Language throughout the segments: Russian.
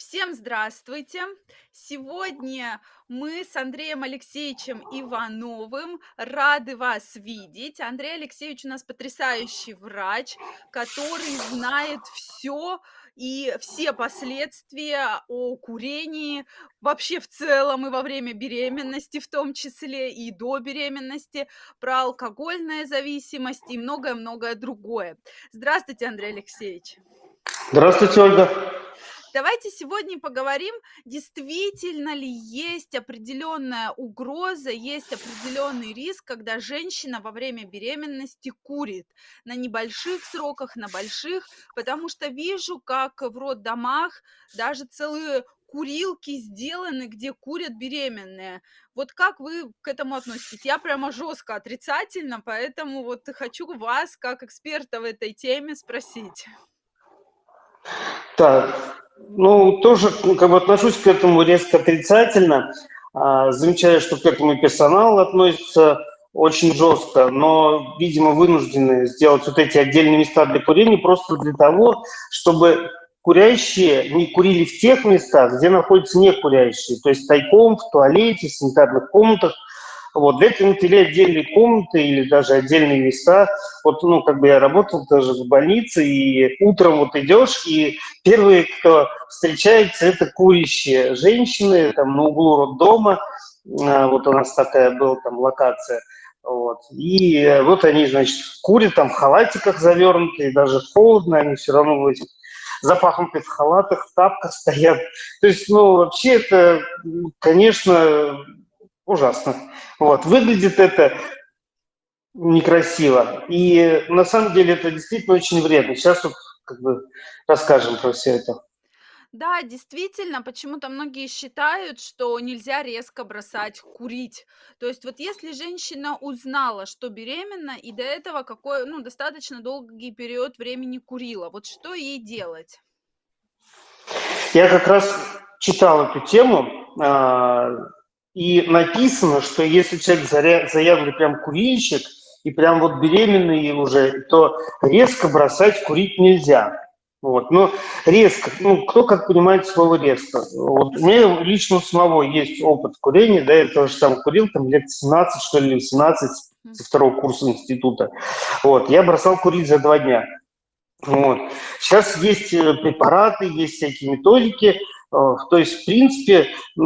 Всем здравствуйте! Сегодня мы с Андреем Алексеевичем Ивановым рады вас видеть. Андрей Алексеевич у нас потрясающий врач, который знает все и все последствия о курении вообще в целом и во время беременности, в том числе и до беременности, про алкогольную зависимость и многое-многое другое. Здравствуйте, Андрей Алексеевич! Здравствуйте, Ольга. Давайте сегодня поговорим, действительно ли есть определенная угроза, есть определенный риск, когда женщина во время беременности курит на небольших сроках, на больших, потому что вижу, как в роддомах даже целые курилки сделаны, где курят беременные. Вот как вы к этому относитесь? Я прямо жестко отрицательно, поэтому вот хочу вас, как эксперта в этой теме, спросить. Так, тоже как бы отношусь к этому резко отрицательно. Замечаю, что к этому и персонал относится очень жестко, но, видимо, вынуждены сделать вот эти отдельные места для курения просто для того, чтобы курящие не курили в тех местах, где находятся некурящие, то есть тайком, в туалете, в санитарных комнатах. Вот, для этого отвели отдельные комнаты или даже отдельные места. Вот, как бы я работал тоже в больнице, и утром вот идешь, и первые, кто встречается, это курящие женщины там на углу роддома. Вот у нас такая была там локация. Вот. И вот они, значит, курят там в халатиках завернутые, даже холодно, они все равно в этих запахнутых халатах, в тапках стоят. То есть, вообще это, конечно, ужасно. Вот. Выглядит это некрасиво. И на самом деле это действительно очень вредно. Сейчас вот как бы расскажем про все это. Да, действительно, почему-то многие считают, что нельзя резко бросать курить. То есть вот если женщина узнала, что беременна, и до этого достаточно долгий период времени курила, вот что ей делать? Я как раз читал эту тему, и написано, что если человек заядлый прям курильщик, и прям вот беременный уже, то резко бросать курить нельзя. Вот. Но резко, кто как понимает слово резко. Вот. У меня лично у самого есть опыт курения, да, я тоже сам курил, там лет 17, что ли, 17 со второго курса института. Вот. Я бросал курить за 2 дня. Вот. Сейчас есть препараты, есть всякие методики. То есть, в принципе,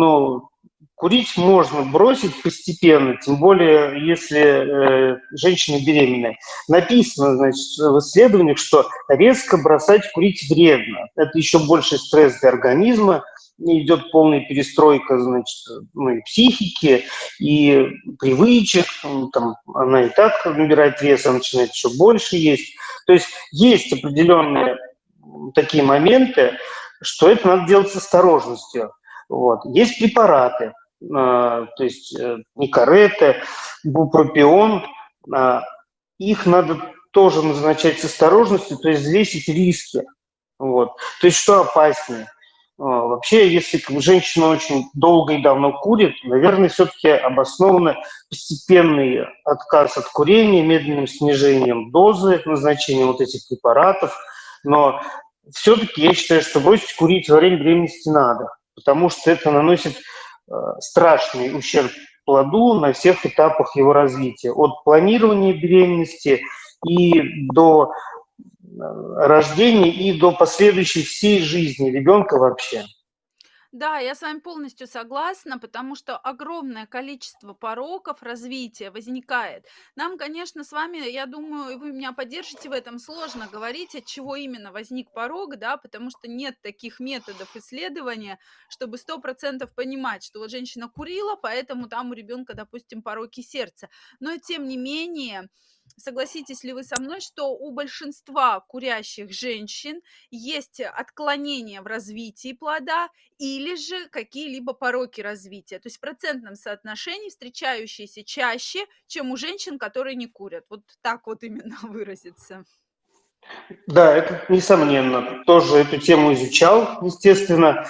курить можно бросить постепенно, тем более, если женщина беременная. Написано, значит, в исследованиях, что резко бросать курить вредно. Это еще больше стресс для организма, идет полная перестройка, значит, и психики, и привычек, там, она и так набирает вес, она начинает еще больше есть. То есть есть определенные такие моменты, что это надо делать с осторожностью. Вот. Есть препараты, то есть никареты, бупропион, их надо тоже назначать с осторожностью, то есть взвесить риски. Вот. То есть что опаснее? Вообще, если женщина очень долго и давно курит, наверное, все-таки обоснованно постепенный отказ от курения, медленным снижением дозы, назначением вот этих препаратов. Но все-таки я считаю, что бросить курить во время беременности надо, потому что это наносит страшный ущерб плоду на всех этапах его развития. От планирования беременности и до рождения, и до последующей всей жизни ребенка вообще. Да, я с вами полностью согласна, потому что огромное количество пороков развития возникает. Нам, конечно, с вами, я думаю, и вы меня поддержите в этом, сложно говорить, от чего именно возник порок, да, потому что нет таких методов исследования, чтобы 100% понимать, что вот женщина курила, поэтому там у ребенка, допустим, пороки сердца. Но, тем не менее, согласитесь ли вы со мной, что у большинства курящих женщин есть отклонения в развитии плода, или же какие-либо пороки развития, то есть в процентном соотношении встречающиеся чаще, чем у женщин, которые не курят. Вот так вот именно выразиться. Да, это несомненно. Тоже эту тему изучал, естественно.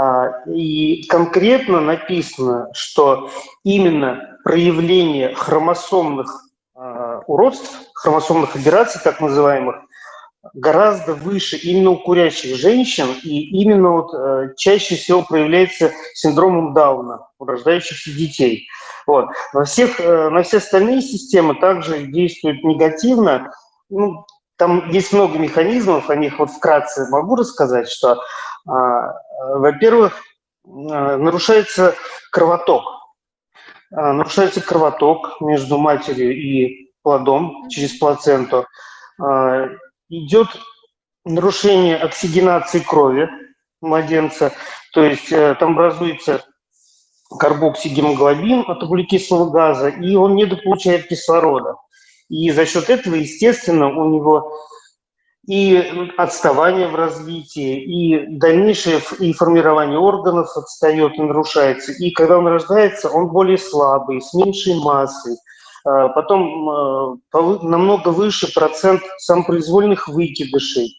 И конкретно написано, что именно проявление хромосомных уродств, хромосомных аберраций, так называемых, гораздо выше именно у курящих женщин, и именно вот чаще всего проявляется синдромом Дауна у рождающихся детей. Вот. На все остальные системы также действуют негативно. Ну, там есть много механизмов, о них вот вкратце могу рассказать, что, во-первых, нарушается кровоток. Нарушается кровоток между матерью и плодом через Мгм. плаценту. А, Идет нарушение оксигенации крови младенца, то есть там образуется карбоксигемоглобин от углекислого газа, и он недополучает кислорода. И за счет этого, естественно, у него и отставание в развитии, и дальнейшее и формирование органов отстает и нарушается. И когда он рождается, он более слабый, с меньшей массой. Потом намного выше процент самопроизвольных выкидышей.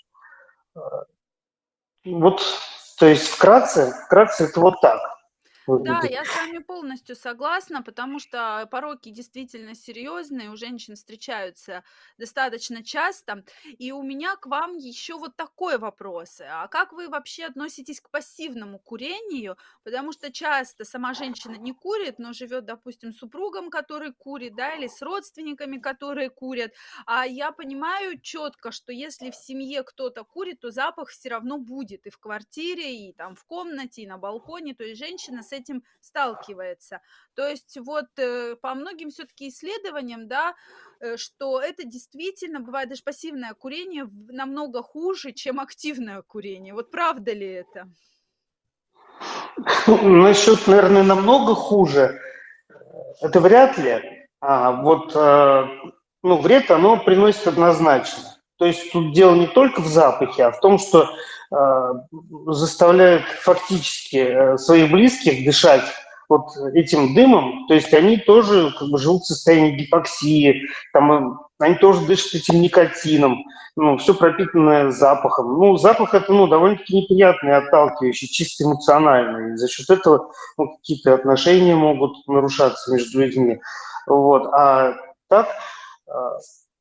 Вот, то есть вкратце это вот так Да, выглядит. я с вами полностью согласна, потому что пороки действительно серьезные, у женщин встречаются достаточно часто. И у меня к вам еще вот такой вопрос. А как вы вообще относитесь к пассивному курению? Потому что часто сама женщина не курит, но живет, допустим, с супругом, который курит, да, или с родственниками, которые курят. А я понимаю четко, что если в семье кто-то курит, то запах все равно будет и в квартире, и там в комнате, и на балконе. То есть женщина с этим сталкивается. То есть вот по многим все-таки исследованиям, да, что это действительно бывает даже пассивное курение намного хуже, чем активное курение. Вот правда ли это? Насчет, наверное, намного хуже, это вряд ли. Ну, вред оно приносит однозначно. То есть тут дело не только в запахе, а в том, что э, заставляют фактически своих близких дышать вот этим дымом. То есть они тоже как бы живут в состоянии гипоксии, там, они тоже дышат этим никотином, ну, все пропитанное запахом. Ну, запах это, ну, довольно-таки неприятный, отталкивающий, чисто эмоциональный. И за счет этого, ну, какие-то отношения могут нарушаться между людьми. Вот. А так, а,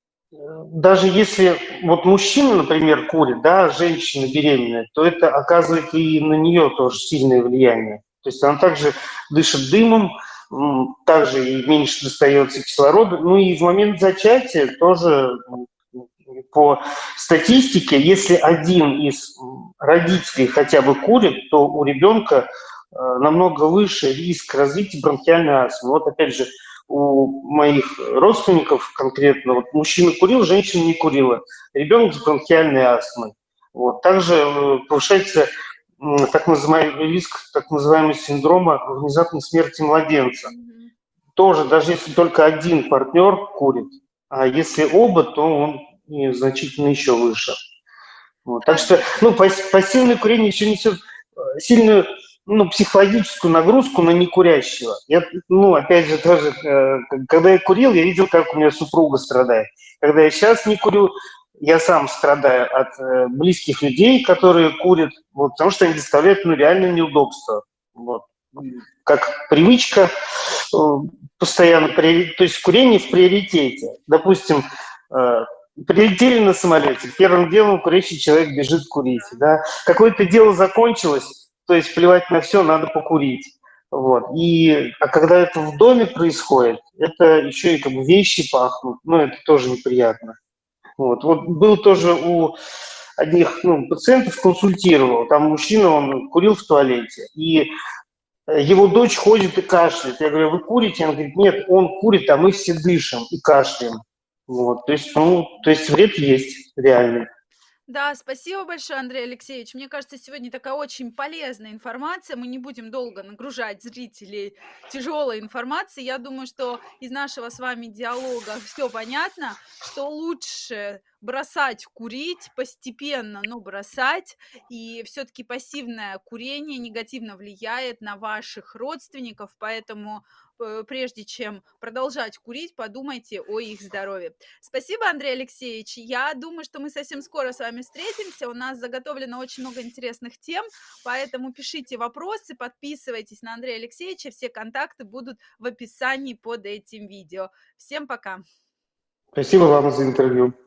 даже если вот мужчина, например, курит, да, а женщина беременная, то это оказывает и на нее тоже сильное влияние. То есть она также дышит дымом, также и меньше достается кислорода. Ну и в момент зачатия тоже по статистике, если один из родителей хотя бы курит, то у ребенка намного выше риск развития бронхиальной астмы. Вот опять же, у моих родственников конкретно, вот мужчина курил, женщина не курила, ребенок с бронхиальной астмой. Вот. Также повышается так называемый риск так называемого синдрома внезапной смерти младенца. Мгм. Тоже, даже если только один партнер курит, а если оба, то он и значительно еще выше. Вот. Так Да, что, ну, пассивное курение еще несет сильную, ну, психологическую нагрузку на некурящего. Я, ну, опять же, тоже, когда я курил, я видел, как у меня супруга страдает. Когда я сейчас не курю, я сам страдаю от близких людей, которые курят, вот, потому что они доставляют, ну, реальное неудобство. Вот. Как привычка э, постоянно, то есть курение в приоритете. Допустим, э, прилетели на самолете, первым делом курящий человек бежит курить. Да? Какое-то дело закончилось, то есть плевать на все, надо покурить. Вот. А когда это в доме происходит, это еще и как бы вещи пахнут, ну это тоже неприятно. Вот был тоже у одних, ну, пациентов, консультировал, там мужчина, он курил в туалете, и его дочь ходит и кашляет. Я говорю, вы курите? Он говорит, нет, он курит, а мы все дышим и кашляем. Вот, то есть, ну, то есть вред есть реальный. Да, спасибо большое, Андрей Алексеевич. Мне кажется, сегодня такая очень полезная информация. Мы не будем долго нагружать зрителей тяжелой информацией. Я думаю, что из нашего с вами диалога все понятно, что лучше бросать курить постепенно, но бросать. И все-таки пассивное курение негативно влияет на ваших родственников, поэтому прежде чем продолжать курить, подумайте о их здоровье. Спасибо, Андрей Алексеевич. Я думаю, что мы совсем скоро с вами встретимся. У нас заготовлено очень много интересных тем, поэтому пишите вопросы, подписывайтесь на Андрея Алексеевича. Все контакты будут в описании под этим видео. Всем пока. Спасибо вам за интервью.